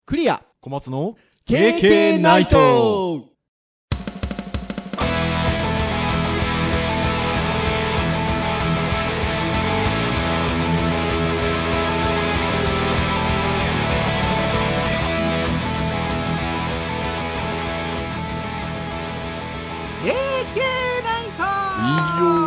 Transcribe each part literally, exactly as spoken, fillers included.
クリア小松のケーケー ナイト。ケーケー ナイト。 いいよ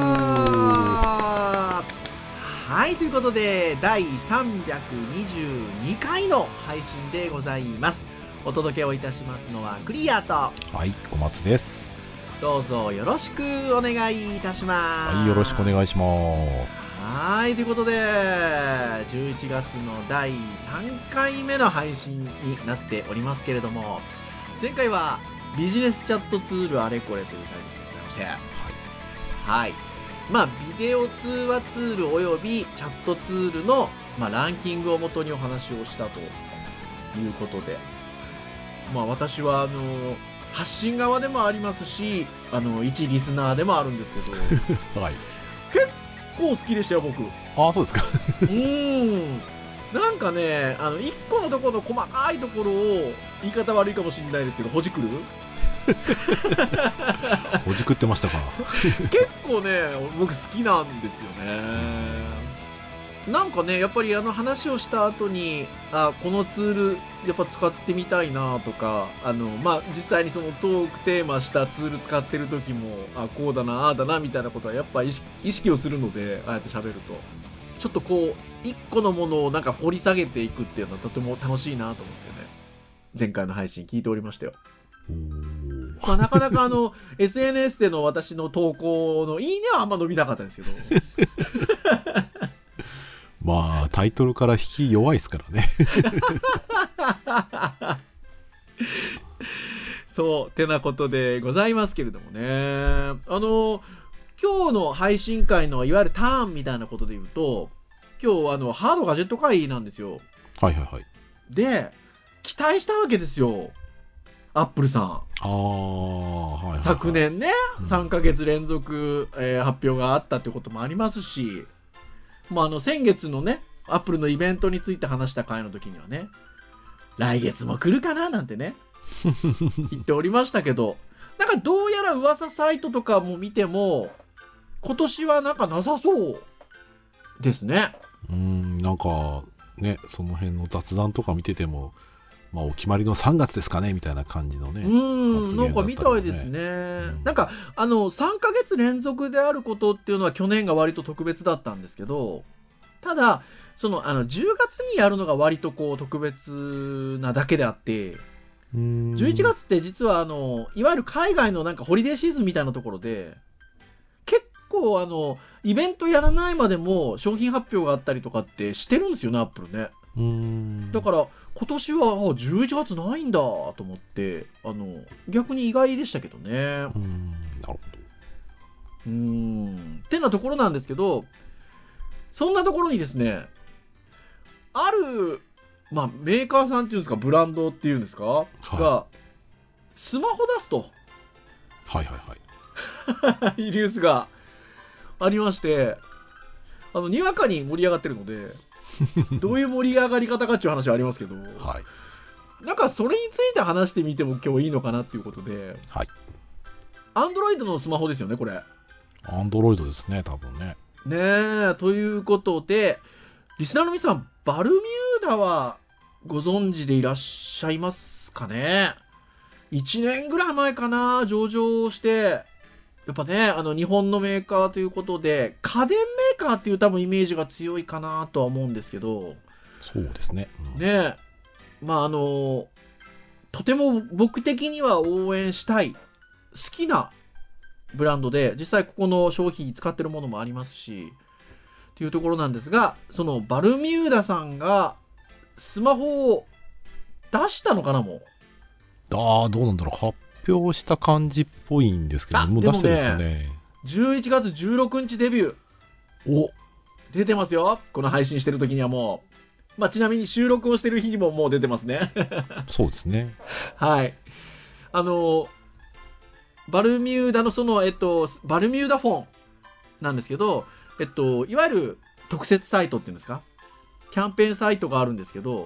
はい、ということでだいさんびゃくにじゅうにかいの配信でございます。お届けをいたしますのはクリアと、 はい、小松です。 どうぞよろしくお願いいたします。 はい、よろしくお願いします。 はい、ということでじゅういちがつのだいさんかいめの配信になっておりますけれども、前回はビジネスチャットツールあれこれというタイトルでございまして、はい、はい、まあビデオ通話ツールおよびチャットツールの、まあ、ランキングをもとにお話をしたということで、まあ私はあの発信側でもありますし、あの一リスナーでもあるんですけど、はい、結構好きでしたよ僕。 ああ、そうですか。 うーん、なんかね、あのいっこのところの細かいところを、言い方悪いかもしれないですけど、ほじくるほじくってましたか。 結構ね僕好きなんですよね。なんかね、やっぱりあの話をした後に、あ、このツールやっぱ使ってみたいなとか、あのまあ実際にそのトークテーマしたツール使ってる時も、あ、こうだなああだなみたいなことはやっぱ意識、意識をするので、ああやって喋るとちょっとこう一個のものをなんか掘り下げていくっていうのはとても楽しいなと思ってね、前回の配信聞いておりましたよ。まあ、なかなかあのエスエヌエス での私の投稿のいいねはあんま伸びなかったんですけどまあタイトルから引き弱いですからねそうてなことでございますけれどもね、あの今日の配信会のいわゆるターンみたいなことで言うと、今日あのハードガジェット会なんですよ。 はいはいはい。 で期待したわけですよ、アップルさん。ああ、はいはいはい、 昨年ね、うん、さんかげつ連続、えー、発表があったってこともありますし、まあ、あの先月のねアップルのイベントについて話した回の時にはね、来月も来るかななんてね言っておりましたけど、なんかどうやら噂サイトとかも見ても今年はなんかなさそうですね。 うーん、なんかね、その辺の雑談とか見てても、まあ、お決まりのさんがつですかねみたいな感じのね。 うーん、なんか見たいですね。うん、なんかあのさんかげつ連続であることっていうのは去年が割と特別だったんですけど、ただそのあのじゅうがつにやるのが割とこう特別なだけであって、 うーん、 じゅういちがつって実はあのいわゆる海外のなんかホリデーシーズンみたいなところで、結構あのイベントやらないまでも商品発表があったりとかってしてるんですよね、アップルね。 うーん、だから今年はじゅういちがつないんだと思って、あの逆に意外でしたけどね。うーん、なるほど。 うーんってなところなんですけど、そんなところにですね、ある、まあ、メーカーさんっていうんですか、ブランドっていうんですか、はい、がスマホ出すと、 はいはいはいニュースがありまして、あのにわかに盛り上がってるのでどういう盛り上がり方かっていう話はありますけど、はい、なんかそれについて話してみても今日いいのかなっていうことで、はい、Android のスマホですよねこれ。 Android ですね多分ね。 ねえ、ということでリスナーの皆さん、バルミューダはご存知でいらっしゃいますかね。いちねんぐらい前かな、上場して、やっぱね、あの日本のメーカーということで家電メーカーっていう多分イメージが強いかなとは思うんですけど、 そうですね、 うん、ね、まああのとても僕的には応援したい好きなブランドで、実際ここの商品使ってるものもありますしっていうところなんですが、そのバルミューダさんがスマホを出したのかな。もうああ、どうなんだろう、発表した感じっぽいんですけど、もう出してるんですかね。 じゅういちがつじゅうろくにちデビュー、お出てますよ、この配信してる時にはもう、まあ、ちなみに収録をしてる日にももう出てますねそうですね、 はい、あのバルミューダのそのえっとバルミューダフォンなんですけど、えっといわゆる特設サイトっていうんですか、キャンペーンサイトがあるんですけど、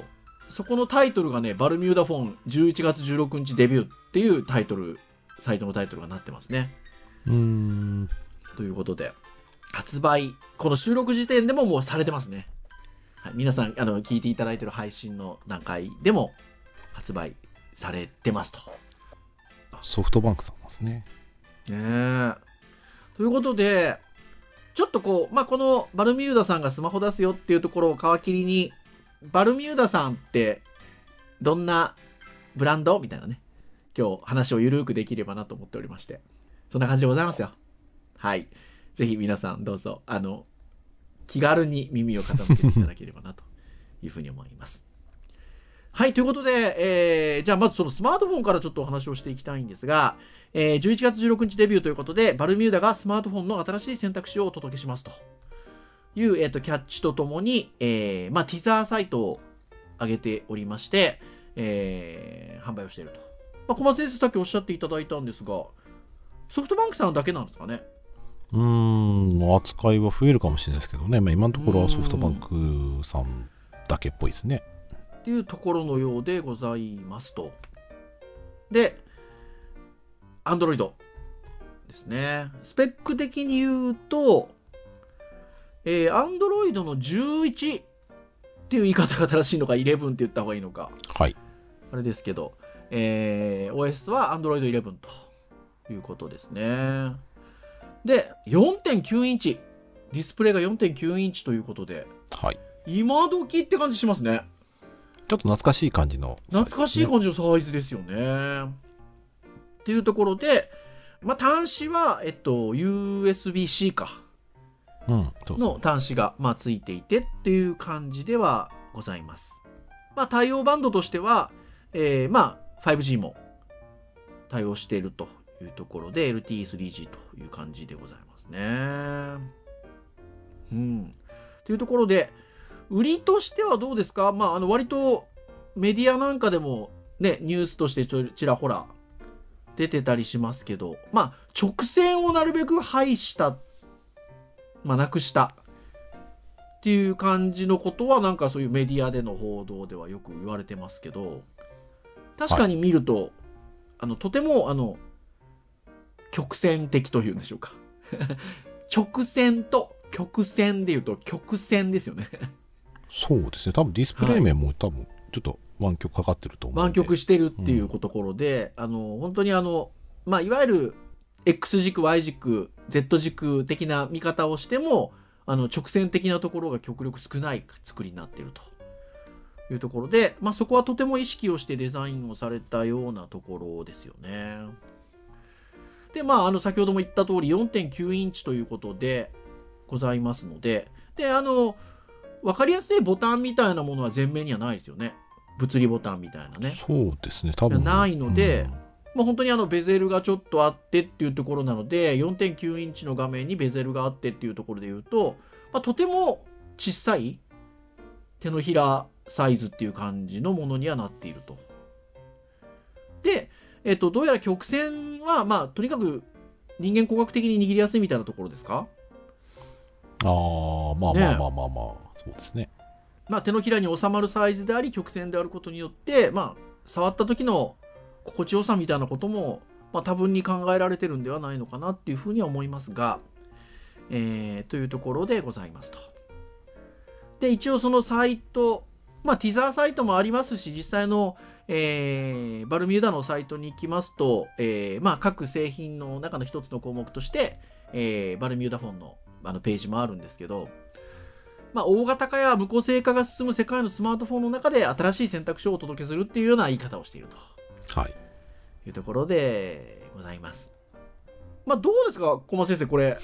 そこのタイトルがね、バルミューダフォンじゅういちがつじゅうろくにちデビューっていうタイトル、サイトのタイトルがなってますね。 うーん。 ということで、発売、この収録時点でももうされてますね。はい、皆さん、あの、聞いていただいている配信の段階でも発売されてますと。 ソフトバンクさんですね。 ねえ。ということで、ちょっとこう、まあ、このバルミューダさんがスマホ出すよっていうところを皮切りに、バルミューダさんってどんなブランドみたいなね、今日話をゆるくできればなと思っておりまして、そんな感じでございますよ。はい。ぜひ皆さんどうぞ、あの、気軽に耳を傾けていただければなというふうに思います。はい。ということで、えー、じゃあまずそのスマートフォンからちょっとお話をしていきたいんですが、えー、じゅういちがつじゅうろくにちデビューということで、バルミューダがスマートフォンの新しい選択肢をお届けしますという、えーと、キャッチとともに、えー、まあ、ティザーサイトを上げておりまして、えー、販売をしていると。まあ、小松先生さっきおっしゃっていただいたんですが、ソフトバンクさんだけなんですかね。 うーん、扱いは増えるかもしれないですけどね、まあ、今のところはソフトバンクさんだけっぽいですね。 っていうところのようでございますと。で、Android ですね。スペック的に言うと、えー、Android のじゅういちっていう言い方が正しいのか、じゅういちって言った方がいいのか。 はい。 あれですけど、えー、オーエス は Android じゅういちということですね。で、よんてんきゅうインチ。ディスプレイが よんてんきゅうインチということで、 はい。 今時って感じしますね。 ちょっと懐かしい感じの、ね。 懐かしい感じのサイズですよね。っていうところで、まあ、端子は、えっと、ユーエスビー-C か。 うん、そうそうの端子が、まあ、ついていてっていう感じではございます。まあ、対応バンドとしては、えー、まあ、ファイブジー も対応しているというところで エルティースリージー という感じでございますね。うん。というところで、売りとしてはどうですか？まあ、あの、割とメディアなんかでもね、ニュースとしてちょちらほら出てたりしますけど、まあ、直線をなるべく排した、まあ、なくしたっていう感じのことは、なんかそういうメディアでの報道ではよく言われてますけど、確かに見ると、はい、あの、とても、あの、曲線的というんでしょうか。直線と曲線で言うと曲線ですよね。 そうですね。多分ディスプレイ面も多分ちょっと湾曲かかってると思うので。 湾曲してるっていうところで、うん、あの、本当にあの、まあ、いわゆる X 軸、Y 軸、Z 軸的な見方をしても、あの、直線的なところが極力少ない作りになっているというところで、まあ、そこはとても意識をしてデザインをされたようなところですよね。で、まあ、あの、先ほども言った通り よんてんきゅうインチということでございますので、で、あの、わかりやすいボタンみたいなものは前面にはないですよね。物理ボタンみたいなね。 そうですね、多分。 ないので、 うん、 まあ、本当にあのベゼルがちょっとあってっていうところなので、よんてんきゅうインチの画面にベゼルがあってっていうところで言うと、まあ、とても小さい手のひらサイズっていう感じのものにはなっていると。で、えっと、どうやら曲線は、まあ、とにかく人間工学的に握りやすいみたいなところですか？ ああ、まあまあまあまあまあ、ね、そうですね。 まあ、手のひらに収まるサイズであり曲線であることによって、まあ、触った時の心地よさみたいなことも、まあ、多分に考えられてるんではないのかなっていうふうには思いますが、えー、というところでございますと。で、一応そのサイト、まあ、ティザーサイトもありますし、実際の、えー、バルミューダのサイトに行きますと、えーまあ、各製品の中の一つの項目として、えー、バルミューダフォンの、あのページもあるんですけど、まあ、大型化や無個性化が進む世界のスマートフォンの中で新しい選択肢をお届けするっていうような言い方をしていると、はい、いうところでございます。まあ、どうですか、小松先生、これ。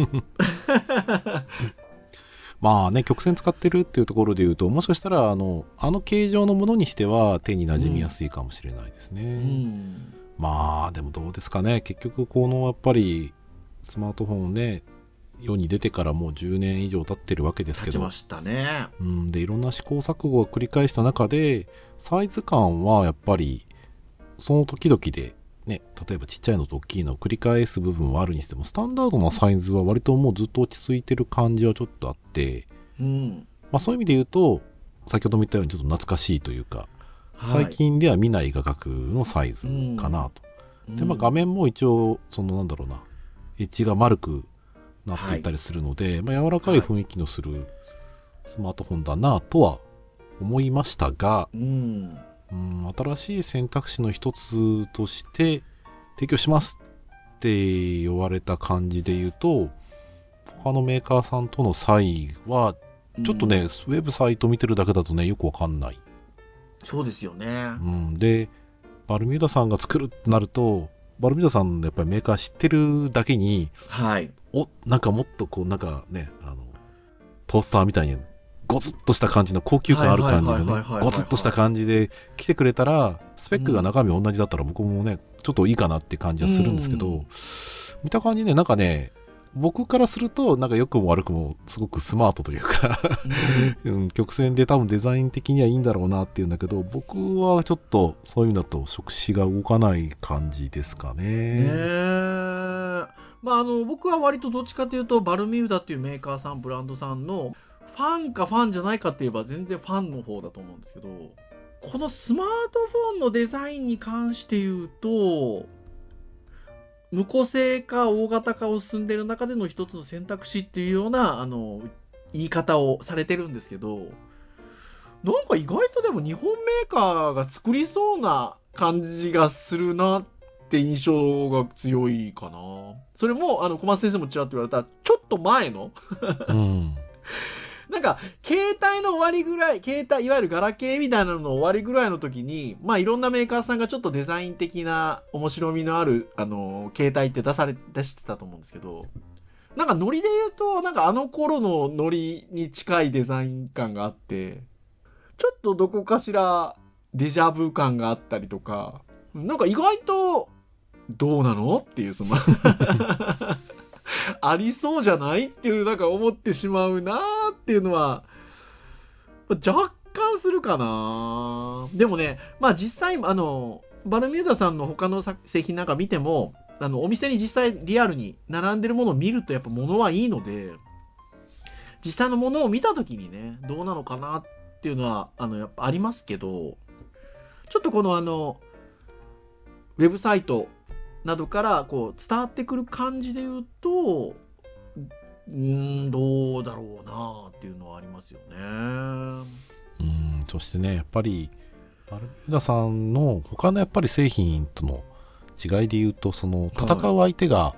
まあね、曲線使ってるっていうところで言うと、もしかしたらあのあの形状のものにしては手に馴染みやすいかもしれないですね。うん、まあでもどうですかね、結局このやっぱりスマートフォンね、世に出てからもうじゅうねん以上経ってるわけですけど、 経ちましたね。 うん、でいろんな試行錯誤を繰り返した中で、サイズ感はやっぱりその時々でね、例えばちっちゃいのと大きいのを繰り返す部分はあるにしても、スタンダードなサイズは割ともうずっと落ち着いてる感じはちょっとあって、 うん、 まあ、そういう意味で言うと先ほども言ったようにちょっと懐かしいというか、はい、最近では見ない画角のサイズかなと、うん、でまあ、画面も一応そのなんだろうなエッジが丸くなっていたりするので、はい、まあ、柔らかい雰囲気のするスマートフォンだなとは思いましたが、うんうん、新しい選択肢の一つとして提供しますって言われた感じで言うと、他のメーカーさんとの差異はちょっとね、うん、ウェブサイト見てるだけだとねよくわかんない。 そうですよね、 うん、でバルミューダさんが作るってなると、バルミューダさんやっぱりメーカー知ってるだけに、 はい、 おなんかもっとこうなんかね、あのトースターみたいにゴツッとした感じの高級感ある感じのね、ゴツッとした感じで来てくれたら、スペックが中身同じだったら僕もねちょっといいかなって感じはするんですけど、うん、見た感じね、なんかね僕からするとなんか良くも悪くもすごくスマートというか、うん、曲線で多分デザイン的にはいいんだろうなっていうんだけど、僕はちょっとそういう意味だと触手が動かない感じですかね。 ねえ、まああの僕は割とどっちかというとバルミューダっていうメーカーさんブランドさんのファンかファンじゃないかって言えば全然ファンの方だと思うんですけど、このスマートフォンのデザインに関して言うと無個性化大型化を進んでいる中での一つの選択肢っていうようなあの言い方をされてるんですけど、なんか意外とでも日本メーカーが作りそうな感じがするなって印象が強いかな。それもあの小松先生もちらっと言われたちょっと前の、うんなんか携帯の終わりぐらい、携帯いわゆるガラケーみたいなのの終わりぐらいの時に、まあいろんなメーカーさんがちょっとデザイン的な面白みのあるあの携帯って出され出してたと思うんですけど、なんかノリで言うとなんかあの頃のノリに近いデザイン感があって、ちょっとどこかしらデジャブ感があったりとか、なんか意外とどうなのっていうそのありそうじゃないっていうなんか思ってしまうなーっていうのは若干するかな。でもね、まあ実際あのバルミューダさんの他の製品なんか見ても、あのお店に実際リアルに並んでるものを見るとやっぱ物はいいので、実際のものを見た時にねどうなのかなっていうのはあのやっぱありますけど、ちょっとこのあのウェブサイトなどからこう伝わってくる感じで言うと、うーんどうだろうなっていうのはありますよね。 うん、そしてねやっぱりバルミューダさんの他のやっぱり製品との違いで言うと、その戦う相手が、はい、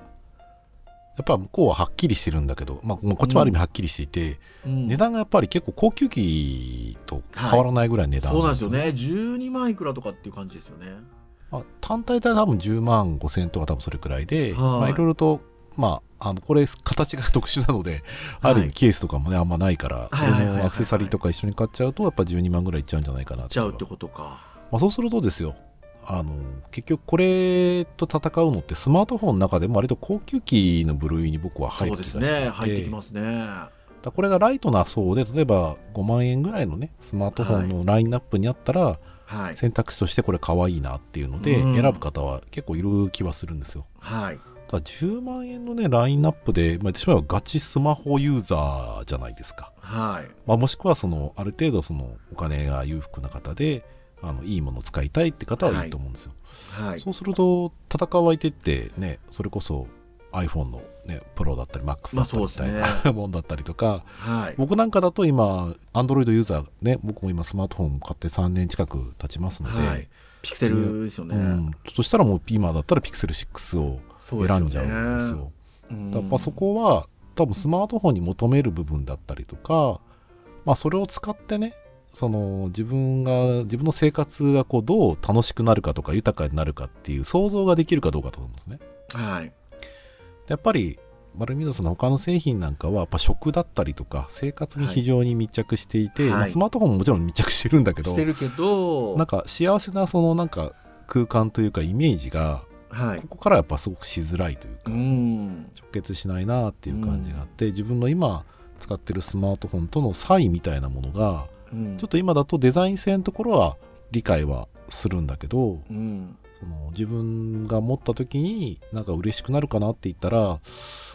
やっぱ向こうははっきりしてるんだけど、まあ、こっちもある意味はっきりしていて、うん、値段がやっぱり結構高級機と変わらないぐらい値段なんですよね、 はい、そうなんですよね。じゅうにまんいくらとかっていう感じですよね。 まあ、単体では多分じゅうまんごせんとか多分それくらいで、はい、まあ、いろいろと、まあ、あのこれ形が特殊なので、はい、ある意味ケースとかもねあんまないから、そのアクセサリーとか一緒に買っちゃうとやっぱじゅうにまんぐらいいっちゃうんじゃないかなって。 いっちゃうってことか。 まあ、そうするとですよ、あの結局これと戦うのってスマートフォンの中でも割と高級機の部類に僕は入ってきて、 そうですね、入ってきますね。 だこれがライトな層で例えばごまんえんぐらいのねスマートフォンのラインナップにあったら、はい、選択肢としてこれ可愛いなっていうので選ぶ方は結構いる気はするんですよ、はい、ただじゅうまんえんのねラインナップで、まあ、言ってしまえばガチスマホユーザーじゃないですか、はい、まあ、もしくはそのある程度そのお金が裕福な方であのいいものを使いたいって方はいいと思うんですよ、はいはい、そうすると戦う相手ってねそれこそ iPhone の、ね、プロだったり Max だったりみたいな、まあね、もんだったりとか、はい、僕なんかだと今 Android ユーザーね、僕も今スマートフォン買ってさんねん近く経ちますので、はい、 ピクセルですよね、うん、 そしたらもう今だったらピクセルシックスを選んじゃうんですよ。だからまあそこは多分スマートフォンに求める部分だったりとか、まあ、それを使ってねその自分が自分の生活がこうどう楽しくなるかとか豊かになるかっていう想像ができるかどうかと思うんですね。はい、やっぱりバルミューダさんの他の製品なんかはやっぱ食だったりとか生活に非常に密着していて、はいまあ、スマートフォンももちろん密着してるんだけど、 してるけどなんか幸せなそのなんか空間というかイメージが、はい、ここからやっぱすごくしづらいというか、うん、直結しないなっていう感じがあって、うん、自分の今使ってるスマートフォンとの差異みたいなものが、うん、ちょっと今だとデザイン性のところは理解はするんだけど、うん、その自分が持った時になんか嬉しくなるかなって言ったら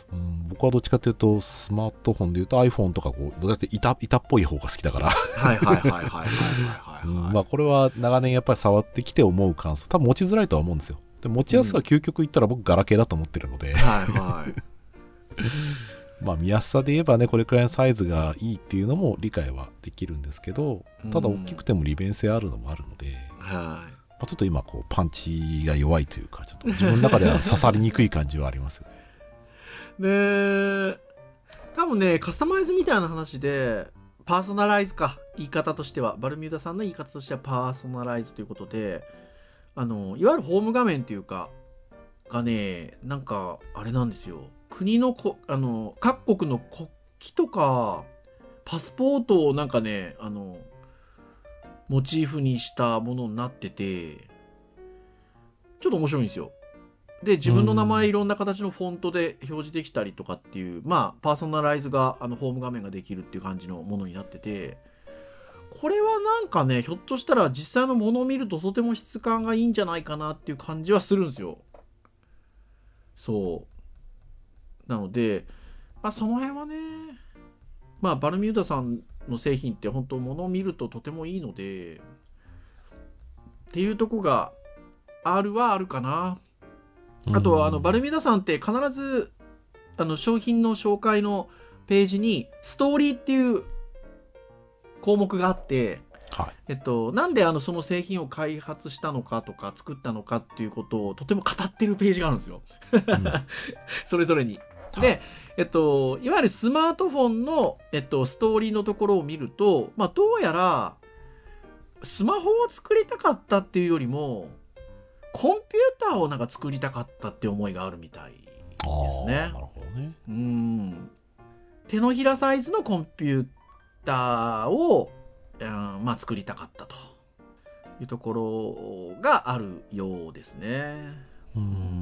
うん、僕はどっちかというとスマートフォンでいうと iPhone とかこうどうやって板板っぽい方が好きだからはいはいはいはいはいはい、 うん、まあこれは長年やっぱり触ってきて思う感想、多分持ちづらいとは思うんですよ。で持ちやすさは究極言ったら僕ガラケーだと思ってるので、うん、はいはいまあ見やすさで言えばね、これくらいのサイズがいいっていうのも理解はできるんですけど、ただ大きくても利便性あるのもあるので、うん、はい、まあ、ちょっと今こうパンチが弱いというか、ちょっと自分の中では刺さりにくい感じはありますよね。 ねえ、多分ねカスタマイズみたいな話でパーソナライズか、言い方としてはバルミューダさんの言い方としてはパーソナライズということで、あのいわゆるホーム画面っていうかがね、なんかあれなんですよ、国のこあの各国の国旗とかパスポートをなんかね、あのモチーフにしたものになっててちょっと面白いんですよ。で自分の名前いろんな形のフォントで表示できたりとかっていう、まあパーソナライズがあのホーム画面ができるっていう感じのものになってて、これはなんかね、ひょっとしたら実際のものを見るととても質感がいいんじゃないかなっていう感じはするんですよ。そうなので、まあその辺はね、まあバルミューダさんの製品って本当ものを見るととてもいいのでっていうとこがあるはあるかな。あとはあのバルミューダさんって必ずあの商品の紹介のページにストーリーっていう項目があって、はい、えっと、なんであのその製品を開発したのかとか作ったのかっていうことをとても語ってるページがあるんですよ、うん、それぞれに、はい、で、えっと、いわゆるスマートフォンの、えっと、ストーリーのところを見ると、まあ、どうやらスマホを作りたかったっていうよりもコンピューターをなんか作りたかったって思いがあるみたいですね。なるほどね。うん。手のひらサイズのコンピューターを、うん、まあ作りたかったというところがあるようですね。うん。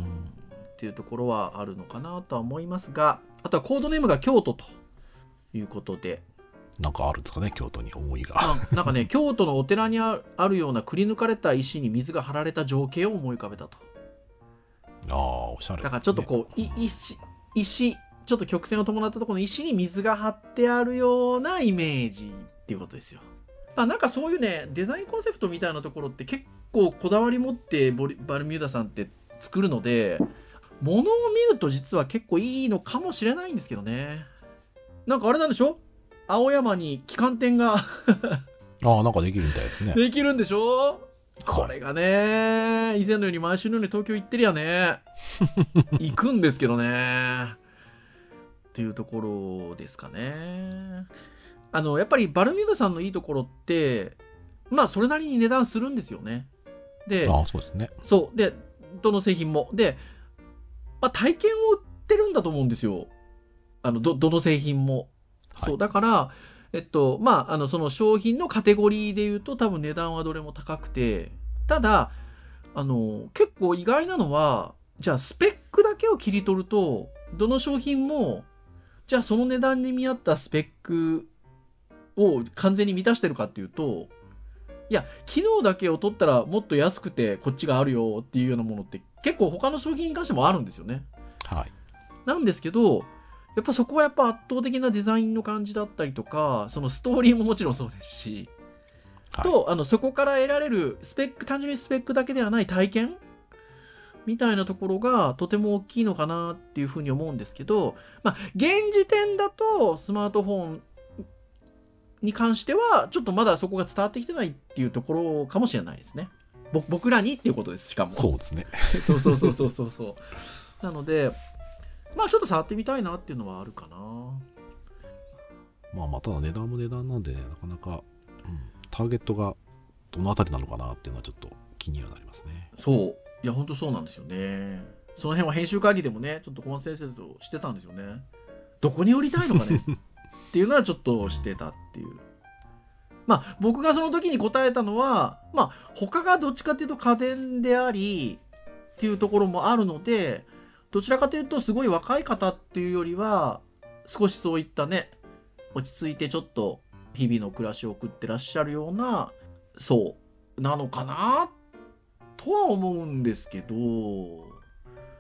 っていうところはあるのかなとは思いますが、あとはコードネームが京都ということで。 なんかあるんですかね、京都に思いが。 な, なんかね、京都のお寺にあるようなくり抜かれた石に水が張られた情景を思い浮かべたと。 ああ、おしゃれですね。 だからちょっとこう、い石、石、ちょっと曲線を伴ったところの石に水が張ってあるようなイメージっていうことですよ。まあ、なんかそういうね、デザインコンセプトみたいなところって結構こだわり持ってバルミューダさんって作るので、物を見ると実は結構いいのかもしれないんですけどね。なんかあれなんでしょ、青山に旗艦店がああ、なんかできるみたいですね。 できるんでしょ。これがね、以前のように毎週のように東京行ってりゃね行くんですけどねっていうところですかね。あのやっぱりバルミューダさんのいいところってまあそれなりに値段するんですよね。で、 ああ、そうですね。 そうで、どの製品もで、まあ、体験を売ってるんだと思うんですよ。あの ど, どの製品も、はい、そうだからえっとまああのその商品のカテゴリーでいうと多分値段はどれも高くて、ただあの結構意外なのは、じゃあスペックだけを切り取るとどの商品もじゃあその値段に見合ったスペックを完全に満たしてるかっていうと、いや機能だけを取ったらもっと安くてこっちがあるよっていうようなものって結構他の商品に関してもあるんですよね。 はい。 なんですけどやっぱそこはやっぱ圧倒的なデザインの感じだったりとか、そのストーリーももちろんそうですし、はい、とあのそこから得られるスペック、単純にスペックだけではない体験みたいなところがとても大きいのかなっていうふうに思うんですけど、まあ現時点だとスマートフォンに関してはちょっとまだそこが伝わってきてないっていうところかもしれないですね。ぼ僕らにっていうことです。しかもそうですねそうそうそうそうそうそうなのでまあちょっと触ってみたいなっていうのはあるかな。 まあまあただ値段も値段なんでなかなか、うん、ターゲットがどのあたりなのかなっていうのはちょっと気にはなりますね。 そういや本当そうなんですよね。その辺は編集会議でもねちょっと小松先生としてたんですよね。どこに売りたいのかねっていうのはちょっとしてたっていう。まあ僕がその時に答えたのは、まあ他がどっちかっていうと家電でありっていうところもあるので、どちらかというとすごい若い方っていうよりは少しそういったね落ち着いてちょっと日々の暮らしを送ってらっしゃるようなそうなのかなとは思うんですけど、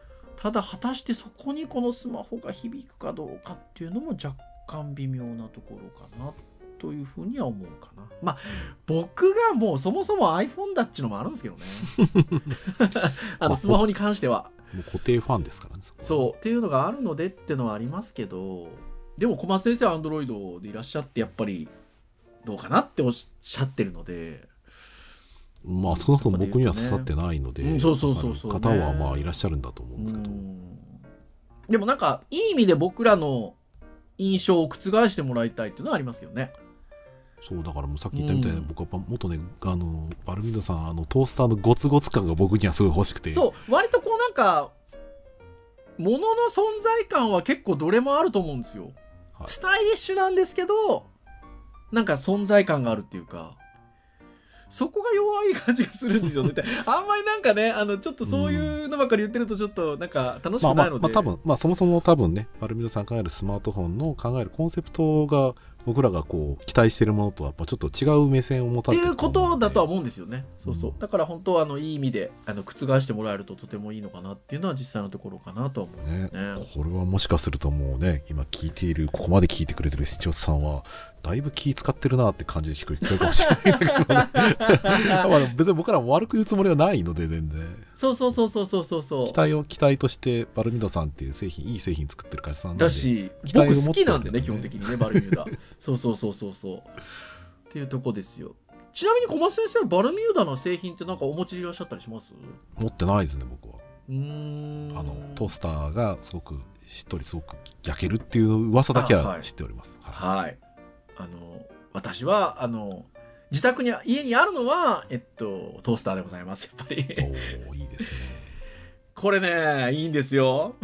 ただ果たしてそこにこのスマホが響くかどうかっていうのも若干微妙なところかなというふうには思うかな。まあ僕がもうそもそも iPhone だっちのもあるんですけどねあのスマホに関してはもう固定ファンですからね。 そうっていうのがあるのでってのはありますけど、でも小松先生は Android でいらっしゃってやっぱりどうかなっておっしゃってるので、 まあ少なくとも僕には刺さってないので、 うん、そうそうそうそう、ね、 方はまあいらっしゃるんだと思うんですけど、 でもなんかいい意味で僕らの印象を覆してもらいたいっていうのはありますけどね。 そうだからもうさっき言ったみたいに、うん、僕はもっとねあのバルミューダさんあのトースターのゴツゴツ感が僕にはすごい欲しくて、 そう割とこうなんか物の存在感は結構どれもあると思うんですよ、はい、スタイリッシュなんですけどなんか存在感があるっていうか、そこが弱い感じがするんですよねあんまりなんかねあのちょっとそういうのばっかり言ってるとちょっとなんか楽しくないので、まあまあまあ、 多分まあそもそも多分ねバルミューダさん考えるスマートフォンの考えるコンセプトが僕らがこう期待しているものとはやっぱちょっと違う目線を持たれてるっていうことだとは思うんですよね。そうそう、うん、だから本当はあのいい意味であの覆してもらえるととてもいいのかなっていうのは実際のところかなと思いますね。 ね、これはもしかするともうね今聞いているここまで聞いてくれてる視聴者さんはだいぶ気使ってるなって感じで聞こえるかもしれないけど、ね、まあ別に僕らも悪く言うつもりはないので全然そうそうそうそうそうそう期待を期待としてバルミューダさんっていう製品いい製品作ってる会社さんなんでだし僕好きなんでね基本的にねバルミューダそうそうそうそうそうっていうとこですよ。ちなみに小松先生はバルミューダの製品ってなんかお持ちでいらっしゃったりします？ 持ってないですね僕は。 うーんあのトースターがすごくしっとりすごく焼けるっていう噂だけは知っております。 はい、はい、あの私はあの自宅に家にあるのはえっとトースターでございますやっぱり。 おいいですね。 これねいいんですよ。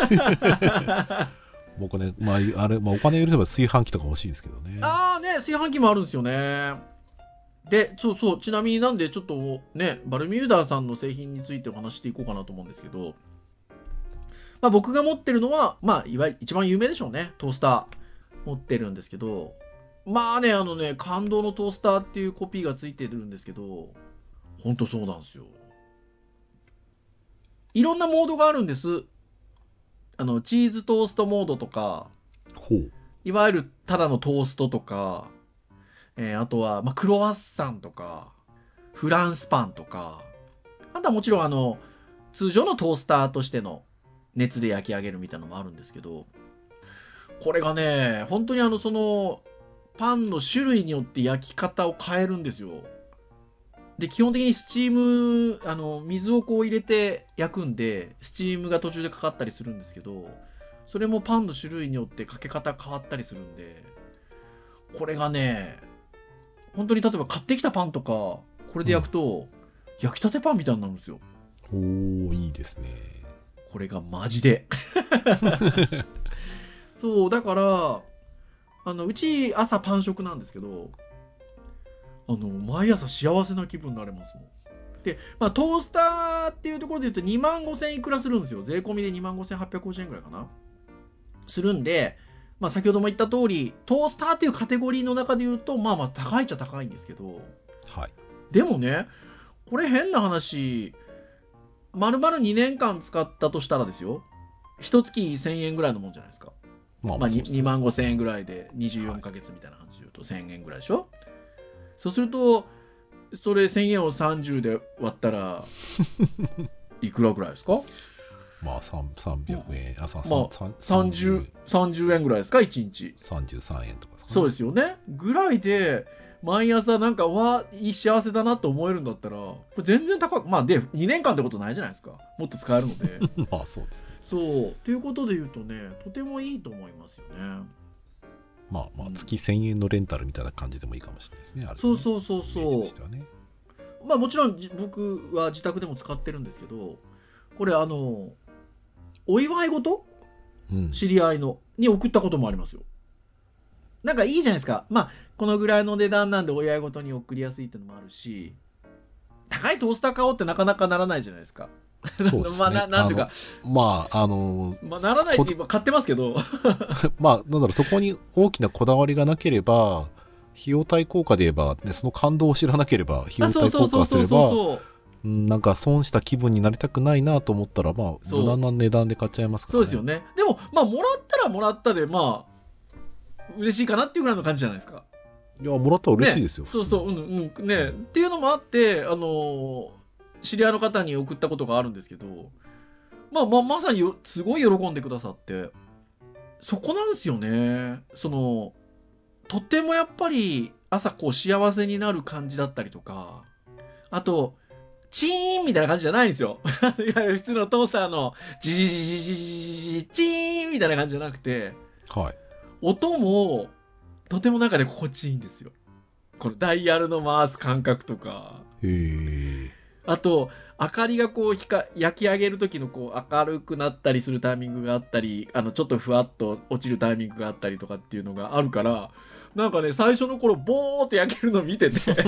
僕ね、まああれまあ、お金入れれば炊飯器とか欲しいですけどね。 ああね炊飯器もあるんですよね。でそうそうちなみになんでちょっとねバルミューダさんの製品についてお話していこうかなと思うんですけど、まあ、僕が持ってるのはまあいわゆる一番有名でしょうねトースター持ってるんですけど、まあねあのね感動のトースターっていうコピーがついてるんですけどほんとそうなんですよ。いろんなモードがあるんです。あのチーズトーストモードとかほういわゆるただのトーストとか、えー、あとは、まあ、クロワッサンとかフランスパンとか、あとはもちろんあの通常のトースターとしての熱で焼き上げるみたいなのもあるんですけど、これがね本当にあのそのパンの種類によって焼き方を変えるんですよ。で基本的にスチームあの水をこう入れて焼くんでスチームが途中でかかったりするんですけど、それもパンの種類によってかけ方変わったりするんで、これがね本当に例えば買ってきたパンとかこれで焼くと、うん、焼きたてパンみたいになるんですよ。 おーいいですね。 これがマジでそうだからあのうち朝パン食なんですけど、あの毎朝幸せな気分になれますもん。で、まあ、トースターっていうところで言うとにまんごせんいくらするんですよ。税込みでにまんごせんはっぴゃくごじゅうえんぐらいかなするんで、まあ、先ほども言った通りトースターっていうカテゴリーの中で言うとまあまあ高いっちゃ高いんですけど、 はい、 でもねこれ変な話丸々にねんかん使ったとしたらですよ一月せんえんぐらいのもんじゃないですか。まあ、まあ、にまんごせんえんぐらいでにじゅうよんかげつみたいな感じで言うとせんえんぐらいでしょ。そうするとそれせんえんをさんじゅうで割ったらいくらぐらいですか？ まあさんびゃくえん、あ、まあ、さんじゅう、さんじゅうえんぐらいですかいちにち。 さんじゅうさんえんとかですかね。 そうですよね。ぐらいで毎朝なんかわいい幸せだなと思えるんだったらこれ全然高く、まあでにねんかんってことないじゃないですか。もっと使えるのでまあそうですね。 そうということで言うとねとてもいいと思いますよね。 まあまあ月せんえんのレンタルみたいな感じでもいいかもしれないですね。あれねそうそうそうそう、 ね、 まあもちろん僕は自宅でも使ってるんですけど、これあのお祝い事、うん、知り合いのに送ったこともありますよ。なんかいいじゃないですか。まあこのぐらいの値段なんでお祝い事に送りやすいってのもあるし、高いトースター買おうってなかなかならないじゃないですか。 そうですね。 まあ な, なんていうかまああのー、 まあ、ならないって言えば買ってますけどまあなんだろうそこに大きなこだわりがなければ費用対効果で言えば、ね、その感動を知らなければ費用対効果すればうん、なんか損した気分になりたくないなと思ったら、まあ無難な値段で買っちゃいますからね。 そうですよね。でもまあもらったらもらったで、まあ嬉しいかなっていうぐらいの感じじゃないですか。 いや、もらったら嬉しいですよ、 ね、そうそう、うんうんね、うん、っていうのもあって、あのー、知り合いの方に送ったことがあるんですけど、まあまあまさにすごい喜んでくださって、そこなんですよね。そのとってもやっぱり朝こう幸せになる感じだったりとか、あとチーンみたいな感じじゃないんですよ。いわゆる普通のトースターのジジジジジジジチーンみたいな感じじゃなくて、 はい、音もとてもなんかね心地いいんですよ。このダイヤルの回す感覚とか、 へー、 あと明かりがこう光焼き上げる時のこう明るくなったりするタイミングがあったり、あのちょっとふわっと落ちるタイミングがあったりとかっていうのがあるから、なんかね最初の頃ボーって焼けるの見てていい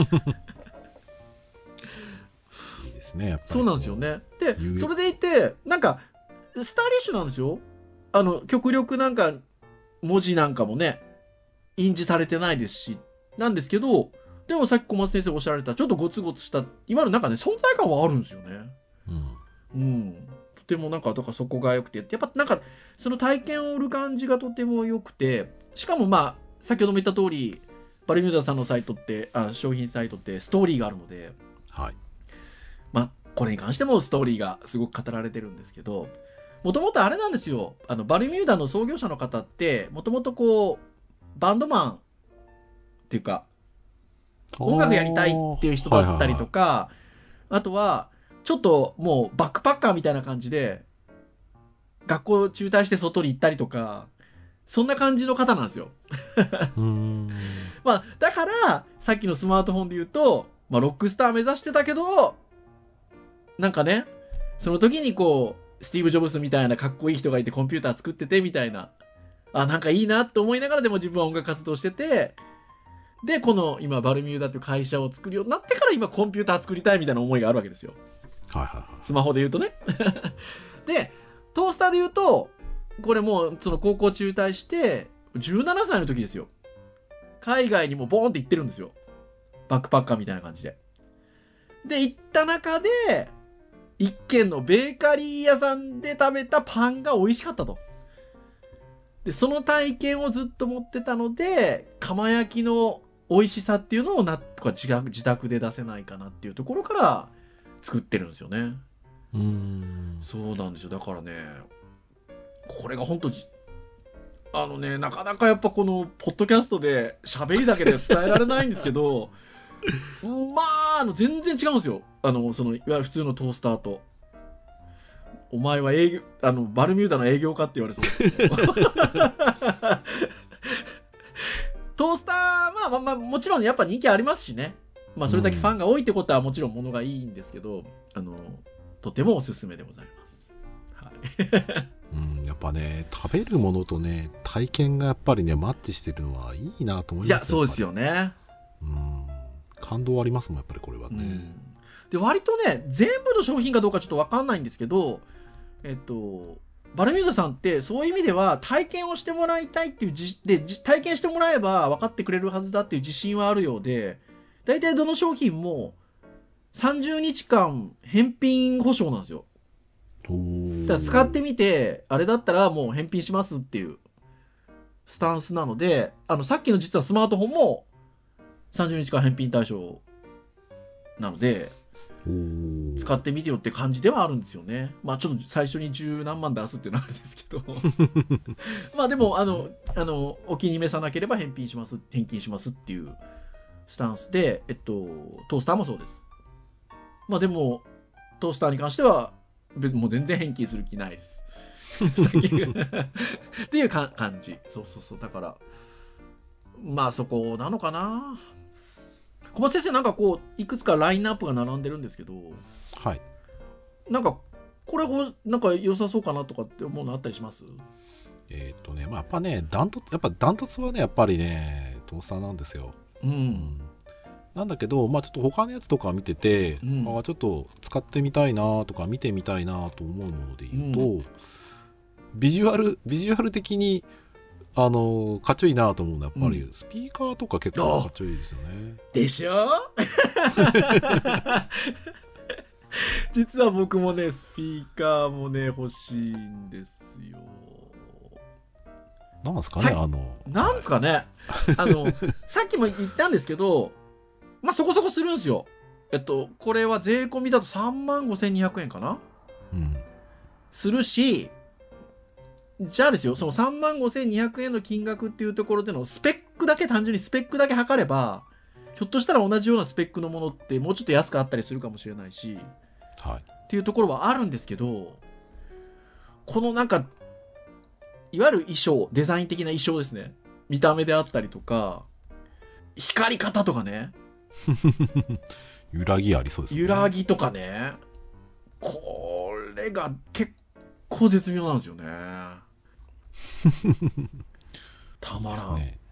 ですね、やっぱりそうなんですよね。でそれでいてなんかスタイリッシュなんですよ。あの極力なんか文字なんかもね印字されてないですしなんですけど、でもさっき小松先生おっしゃられたちょっとゴツゴツしたいわゆるなんかね存在感はあるんですよね。うん、うん、とてもなんかだからそこが良くて、やっぱなんかその体験を売る感じがとても良くて、しかもまあ先ほども言った通りバルミューダさんのサイトってあ商品サイトってストーリーがあるので、 はい、 まあこれに関してもストーリーがすごく語られてるんですけど、もともとあれなんですよ、あのバルミューダの創業者の方ってもともとこうバンドマンっていうか音楽やりたいっていう人だったりとか、はいはいはい、あとはちょっともうバックパッカーみたいな感じで学校中退して外に行ったりとか、そんな感じの方なんですようーんまあだからさっきのスマートフォンで言うと、まあ、ロックスター目指してたけどなんかねその時にこうスティーブ・ジョブズみたいなかっこいい人がいてコンピューター作っててみたいな、あなんかいいなって思いながらでも自分は音楽活動してて、でこの今バルミューダっていう会社を作るようになってから今コンピューター作りたいみたいな思いがあるわけですよ。 はいはいはい。 スマホで言うとねでトースターで言うとこれもうその高校中退してじゅうななさいの時ですよ。海外にもボーンって行ってるんですよ。バックパッカーみたいな感じで。で行った中で一軒のベーカリー屋さんで食べたパンが美味しかったと。でその体験をずっと持ってたので釜焼きの美味しさっていうのをなんとか自宅で出せないかなっていうところから作ってるんですよね。 うーんそうなんですよ。だからねこれが本当あのねなかなかやっぱこのポッドキャストで喋りだけで伝えられないんですけどまああの全然違うんですよ。あのそのいわゆる普通のトースターと。お前は営業あのバルミューダの営業かって言われそうですトースターまあまあまあもちろんやっぱ人気ありますしね、まあそれだけファンが多いってことはもちろんものがいいんですけど、あのとてもおすすめでございます、はいうん、やっぱね食べるものとね体験がやっぱりねマッチしてるのはいいなと思います。 いやそうですよね。 うん感動ありますもんやっぱりこれはね、うん、 で割とね全部の商品かどうかちょっと分かんないんですけど、えっとバルミューダさんってそういう意味では体験をしてもらいたいっていうじで体験してもらえば分かってくれるはずだっていう自信はあるようで、だいたいどの商品もさんじゅうにちかん返品保証なんですよ。だから使ってみてあれだったらもう返品しますっていうスタンスなので、あのさっきの実はスマートフォンもさんじゅうにちかん返品対象なので使ってみてよって感じではあるんですよね。まあちょっと最初に十何万出すっていうのはあれですけどまあでもあのあのお気に召さなければ返品します返金しますっていうスタンスで、えっとトースターもそうです。まあでもトースターに関してはもう全然返金する気ないですっていうか感じ。そうそうそう、だからまあそこなのかな。小松先生なんかこういくつかラインナップが並んでるんですけど、 はい、 なんかこれなんか良さそうかなとかって思うのあったりします？ えっとねまあやっぱねダントやっぱダントツはねやっぱりねトースターなんですよ。うん、うん、なんだけどまあちょっと他のやつとか見てて、うん、あちょっと使ってみたいなとか見てみたいなと思うもので言うと、うん、ビジュアルビジュアル的にあのかっちょいいなと思うのはやっぱり、うん、スピーカーとか結構かっちょいいですよね。 でしょ実は僕もね、スピーカーもね、欲しいんですよ。 なんですかね、あの。 なんですかね。はい、あの、さっきも言ったんですけど、まあ、そこそこするんですよ。えっと、これは税込みだとさんまんごせんにひゃくえんかな、 うん、するし、じゃあですよ、そのさんまんごせんにひゃくえんの金額っていうところでのスペックだけ、単純にスペックだけ測れば、ひょっとしたら同じようなスペックのものってもうちょっと安くあったりするかもしれないし、 はい、 っていうところはあるんですけど、このなんか、いわゆる衣装、デザイン的な衣装ですね。見た目であったりとか、光り方とかね。 揺らぎありそうですね。 揺らぎとかね。これが結構絶妙なんですよね。たまらん。ね、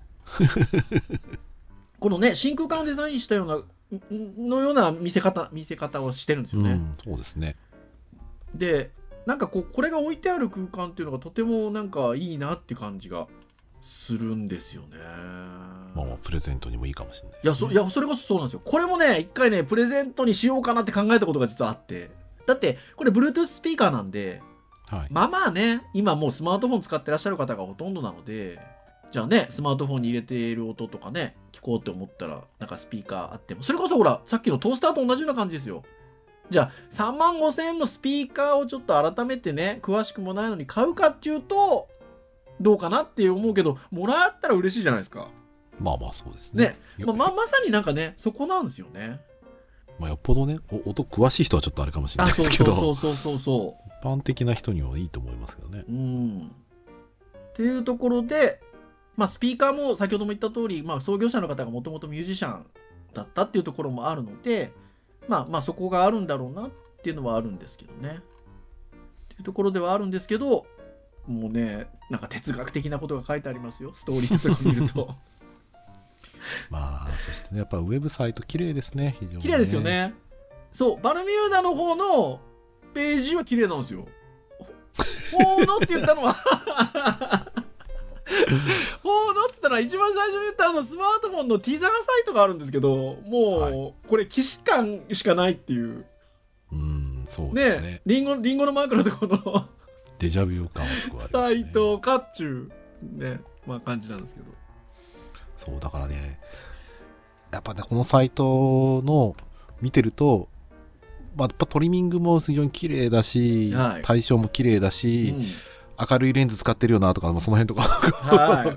このね、真空管をデザインしたような、のような見せ方、見せ方をしてるんですよね。うん、 そうですね。 で、なんかこう、これが置いてある空間っていうのがとてもなんかいいなっていう感じがするんですよね。 まあ、プレゼントにもいいかもしれない、ね、 いや、そ、いや、それこそそうなんですよ。これもね、一回ね、プレゼントにしようかなって考えたことが実はあって。だって、これ Bluetooth スピーカーなんで、はい、まあまあね、今もうスマートフォン使ってらっしゃる方がほとんどなので、じゃあね、スマートフォンに入れている音とかね、聞こうって思ったら、なんかスピーカーあっても、それこそほら、さっきのトースターと同じような感じですよ。じゃあ、さんまんごせんえんのスピーカーをちょっと改めてね、詳しくもないのに買うかっていうと、どうかなって思うけど、もらったら嬉しいじゃないですか。 まあまあそうですね。 ね。まあ、ま、まさになんかね、そこなんですよね。 まあ、よっぽどね、音詳しい人はちょっとあれかもしれないですけど、 そうそうそうそうそう。 一般的な人にはいいと思いますけどね。 うん。っていうところで、まあ、スピーカーも先ほども言った通り、まあ、創業者の方がもともとミュージシャンだったっていうところもあるので、まあ、まあそこがあるんだろうなっていうのはあるんですけどね。っていうところではあるんですけど、もうね、なんか哲学的なことが書いてありますよ、ストーリーとか見ると。 まあ、そしてね、やっぱウェブサイト綺麗ですね、非常に、ね。 綺麗ですよね。そう、バルミューダの方のページは綺麗なんですよ。ほーのって言ったのはほーのって言ったのは一番最初に言ったあのスマートフォンのティザーサイトがあるんですけど、もうこれ既視感しかないっていう。 うん、そうですね。ね、 リンゴ、リンゴのマークのところのデジャビュー感はすごいありますね。 サイトかっちゅうね、まあ感じなんですけど。 そうだからね、やっぱねこのサイトの見てると、まあ、やっぱトリミングも非常に綺麗だし、はい、対象も綺麗だし、うん、明るいレンズ使ってるよなとか、まあ、その辺とか、はい、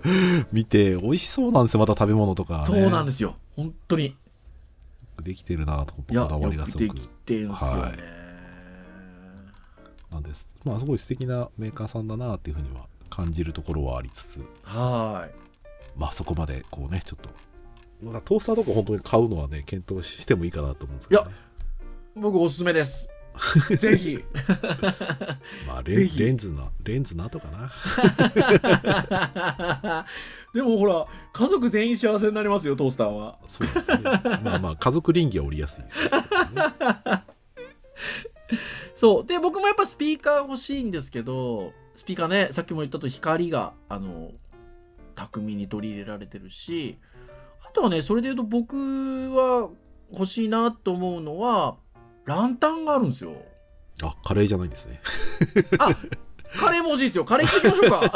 見て美味しそうなんですよ。また食べ物とか、ね、 そうなんですよ、本当にできてるなと、こだわりがすごくよくできてるんですよね、はい、 なんです、まあ、すごい素敵なメーカーさんだなっていうふうには感じるところはありつつ、 はい、 まあそこまでこうね、ちょっとまあトースターとか本当に買うのはね、検討してもいいかなと思うんですけど、ね、いや僕おすすめですぜひまあレン、レンズなレンズなとかなでもほら家族全員幸せになりますよ、トースターは。 そうですね。まあまあ家族倫理は折りやすいです、ね、 そうで、僕もやっぱスピーカー欲しいんですけど、スピーカーね、さっきも言ったと光があの巧みに取り入れられてるし、あとはね、それで言うと僕は欲しいなと思うのはランタンがあるんですよ。 あ、カレーじゃないんですね。 あ、カレーも欲しいですよ。カレー行ってきましょうか。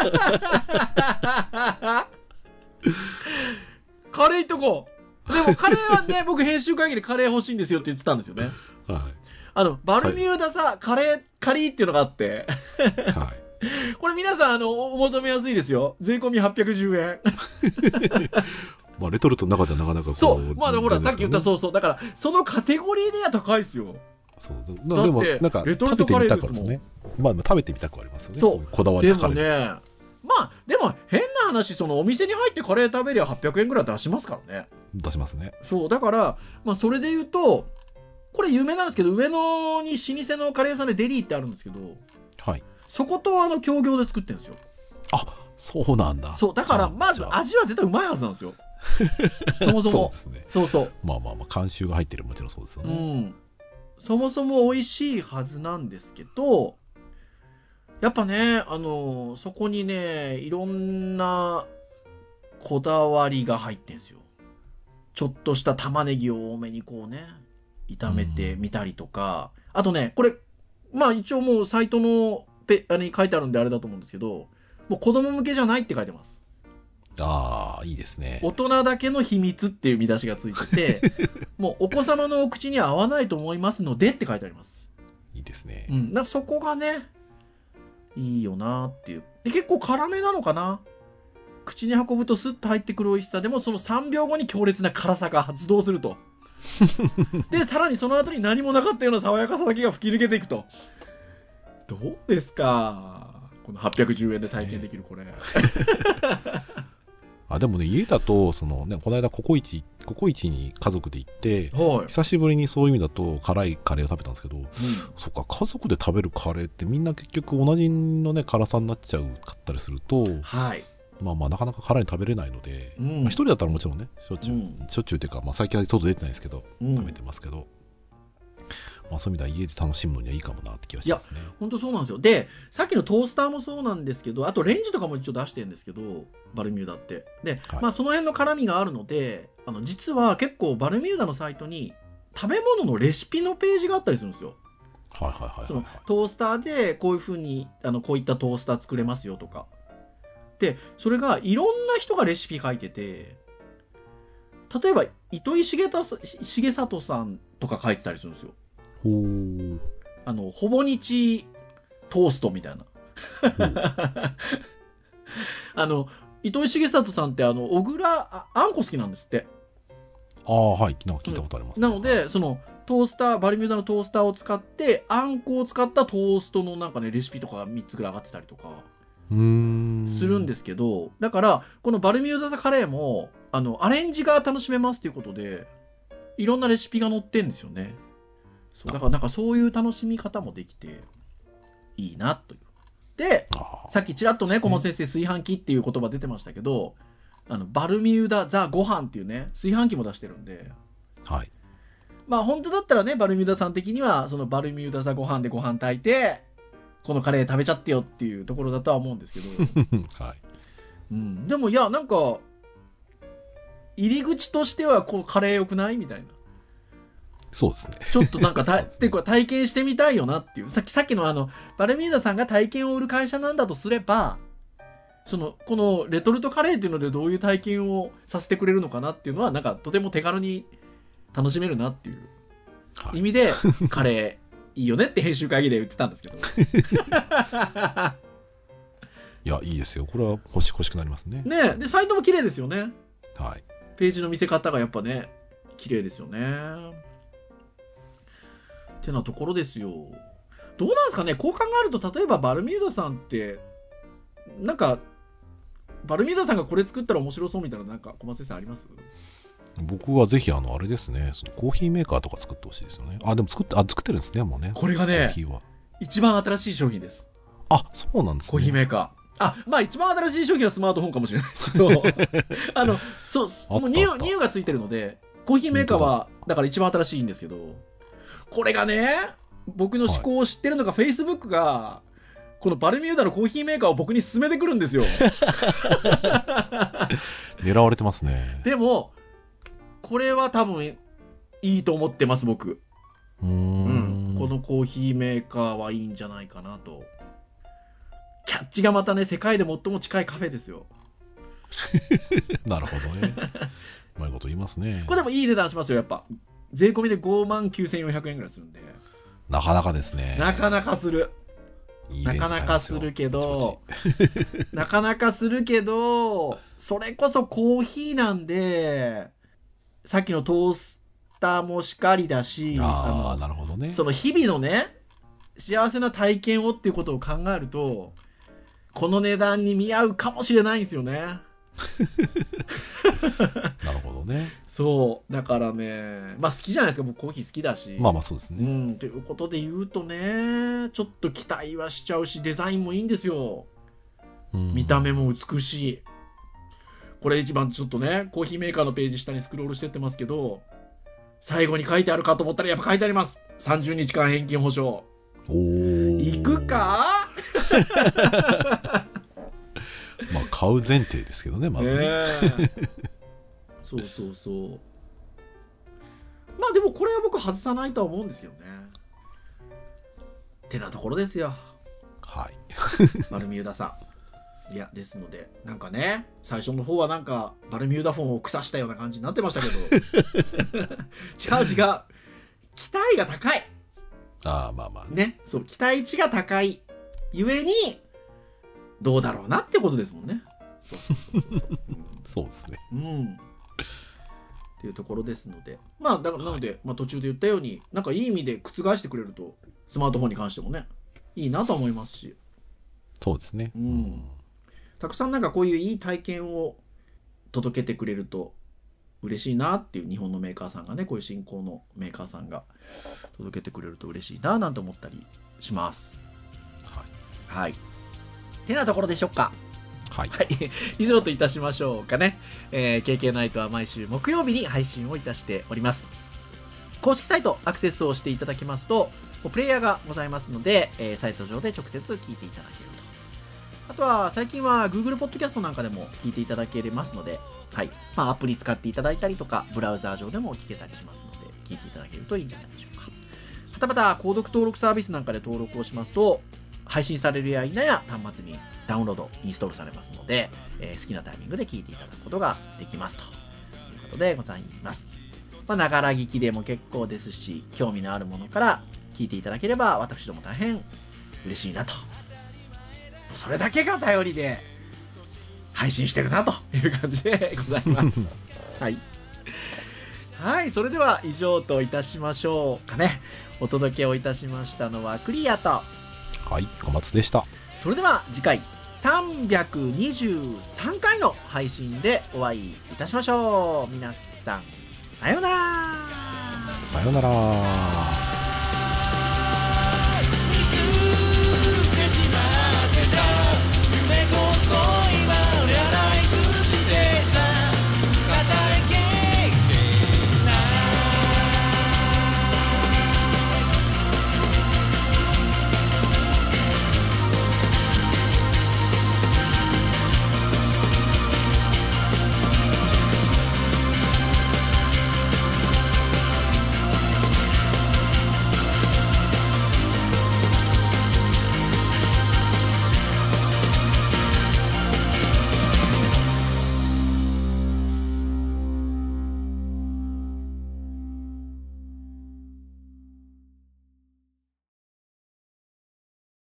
カレー行っとこう。でもカレーはね、僕編集会議でカレー欲しいんですよって言ってたんですよね。 はい。 あのバルミューダさ、はい、カレーカリーっていうのがあって、はい。これ皆さんあのお求めやすいですよ。税込みはっぴゃくじゅうえん。 まあレトルトの中ではなかなかこう、 そうまあほら、ね、さっき言ったそうそうだからそのカテゴリーでは高いですよ。 そうそうだでもなんかレトルトカレーですもんね。まあ食べてみたくはありますよね。 そうこだわりでもね、まあでも変な話、そのお店に入ってカレー食べりゃはっぴゃくえんぐらい出しますからね。 出しますね。 そうだからまあそれで言うとこれ有名なんですけど、上野に老舗のカレー屋さんでデリーってあるんですけど、 はい。 そことあの協業で作ってるんですよ。 あ、そうなんだ。 そうだからまず味は絶対うまいはずなんですよ。そもそもそうですね。 そうそう。 まあまあまあ監修が入ってるもちろんそうですよね。 うん。そもそも美味しいはずなんですけど、やっぱね、あのそこにね、いろんなこだわりが入ってんですよ。ちょっとした玉ねぎを多めにこうね炒めてみたりとか、 あとね、これ、まあ一応もうサイトのペあれに書いてあるんであれだと思うんですけど、もう子供向けじゃないって書いてます。 ああ、いいですね。 大人だけの秘密っていう見出しがついてて、もうお子様のお口には合わないと思いますのでって書いてあります。 いいですね。 うん。だからそこがね、いいよなっていう。で、結構辛めなのかな。口に運ぶとスッと入ってくる美味しさでも、そのさんびょうごに強烈な辛さが発動すると。で、さらにその後に何もなかったような爽やかさだけが吹き抜けていくと。どうですかこのはっぴゃくじゅうえんで体験できるこれ。 あ、でもね、家だとその、ね、この間ココイチココイチに家族で行って、 はい、 久しぶりにそういう意味だと辛いカレーを食べたんですけど、うん、そっか、家族で食べるカレーってみんな結局同じの、ね、辛さになっちゃうかったりすると、 はい、 まあまあなかなか辛いの食べれないので、うん、まあ、一人だったらもちろんね、しょっちゅう、うん、しょっちゅうっていうか、まあ、最近は外出てないですけど、うん、食べてますけど、まあ、そういう意味では家で楽しむのにはいいかもなって気がしますね。いや、 本当そうなんですよ。で、さっきのトースターもそうなんですけど、あとレンジとかも一応出してるんですけど、バルミューダって。で、はい、まあその辺の絡みがあるので、あの実は結構バルミューダのサイトに食べ物のレシピのページがあったりするんですよ。 はいはいはいはい、はい、 そのトースターでこういう風にあのこういったトースター作れますよとか。で、それがいろんな人がレシピ書いてて、例えば糸井重里さんとか書いてたりするんですよ。 ほあのほぼ日トーストみたいなあの糸井重里さんってあの小倉 あ, あんこ好きなんですって。 ああ、はい、なんか聞いたことあります、 ね、うん、なのでそのトースターバルミューダのトースターを使ってあんこを使ったトーストのなんかねレシピとかがみっつぐらい上がってたりとかうーんするんですけど、だからこのバルミューダザカレーもあのアレンジが楽しめますということでいろんなレシピが載ってんですよね。そうだからなんかそういう楽しみ方もできていいなという。で、さっきちらっとね小松先生炊飯器っていう言葉出てましたけど、あのバルミューダザご飯っていうね炊飯器も出してるんで、 はい、 まあ本当だったらねバルミューダさん的にはそのバルミューダザご飯でご飯炊いてこのカレー食べちゃってよっていうところだとは思うんですけど、 はい、 うん、でもいやなんか入り口としてはこのカレー良くないみたいな。 そうですね。 ちょっとなんかたってこれ体験してみたいよなっていう。さっきさっきのあのバルミューダさんが体験を売る会社なんだとすれば、そのこのレトルトカレーっていうのでどういう体験をさせてくれるのかなっていうのはなんかとても手軽に楽しめるなっていう意味で、はい、カレーいいよねって編集会議で言ってたんですけど。 いやいいですよ。これは欲し欲しくなりますね。 ねでサイトも綺麗ですよね。 はい。 ページの見せ方がやっぱね綺麗ですよね。ってなところですよ。どうなんですかね。こう考えると例えばバルミューダさんってなんかバルミューダさんがこれ作ったら面白そうみたいななんか小松先生あります？ 僕はぜひあのあれですね、そのコーヒーメーカーとか作ってほしいですよね。あでも作ってあ作ってるんですねもうね。 これがね一番新しい商品です。 あそうなんですね。 コーヒーメーカー。あまあ一番新しい商品はスマートフォンかもしれないですけどあのそうもうニューニューがついてるのでコーヒーメーカーはだから一番新しいんですけど。これがね僕の思考を知ってるのが、はい、Facebook がこのバルミューダのコーヒーメーカーを僕に勧めてくるんですよ。 狙われてますね。 でもこれは多分いいと思ってます僕。 うーん、うん、 このコーヒーメーカーはいいんじゃないかなと。キャッチがまたね世界で最も近いカフェですよ。 なるほどね。うまいこと言いますね。 これでもいい値段しますよやっぱ。税込みでごまんきゅうせんよんひゃくえんぐらいするんで。 なかなかですね。 なかなかする。 いいなかなかするけど、なかなかするけど、それこそコーヒーなんで、さっきのトースターもしかりだし、 ああ、なるほどね。 その日々のね、幸せな体験をっていうことを考えると、この値段に見合うかもしれないんですよね。 なるほどね。 そうだからねまあ好きじゃないですか僕コーヒー好きだしまあまあそうですね、 うん、ということで言うとねちょっと期待はしちゃうしデザインもいいんですよ、うん、見た目も美しい。これ一番ちょっとねコーヒーメーカーのページ下にスクロールしてってますけど最後に書いてあるかと思ったらやっぱ書いてあります。さんじゅうにちかん返金保証。 おー行くかまあ買う前提ですけどねまずね、 ねそうそうそう。まあでもこれは僕外さないとは思うんですよね。 てなところですよ。 はいバルミューダさん。いやですのでなんかね最初の方はなんかバルミューダフォンを腐したような感じになってましたけど違う違う期待が高い。 ああまあまあね、そう期待値が高いゆえにどうだろうなってことですもんね。そうそうそうそう、うん、 そうですね。 うんっていうところですので、まあだからなので、はい、まあ、途中で言ったようになんかいい意味で覆してくれるとスマートフォンに関してもねいいなと思いますし。 そうですね、 うん、たくさんなんかこういういい体験を届けてくれると嬉しいなっていう、日本のメーカーさんがねこういう新興のメーカーさんが届けてくれると嬉しいななんて思ったりします。 はい、 はい、てなところでしょうか。 はい、 はい、以上といたしましょうかね。えー、ケーケー ナイトは毎週木曜日に配信をいたしております。公式サイトアクセスをしていただきますとプレイヤーがございますので、えー、サイト上で直接聞いていただけると。あとは最近は Google ポッドキャストなんかでも聞いていただけますので、はい、まあ、アプリ使っていただいたりとかブラウザー上でも聞けたりしますので聞いていただけるといいんじゃないでしょうか。はたまた購読登録サービスなんかで登録をしますと配信されるや否や端末にダウンロードインストールされますので、えー、好きなタイミングで聞いていただくことができますということでございます。まあ、ながら聞きでも結構ですし興味のあるものから聞いていただければ私ども大変嬉しいなと、それだけが頼りで配信してるなという感じでございますはいはい、それでは以上といたしましょうかね。お届けをいたしましたのはクリアと、 はい、小松でした。 それでは次回さんびゃくにじゅうさんかいの配信でお会いいたしましょう。皆さんさようなら。 さようなら。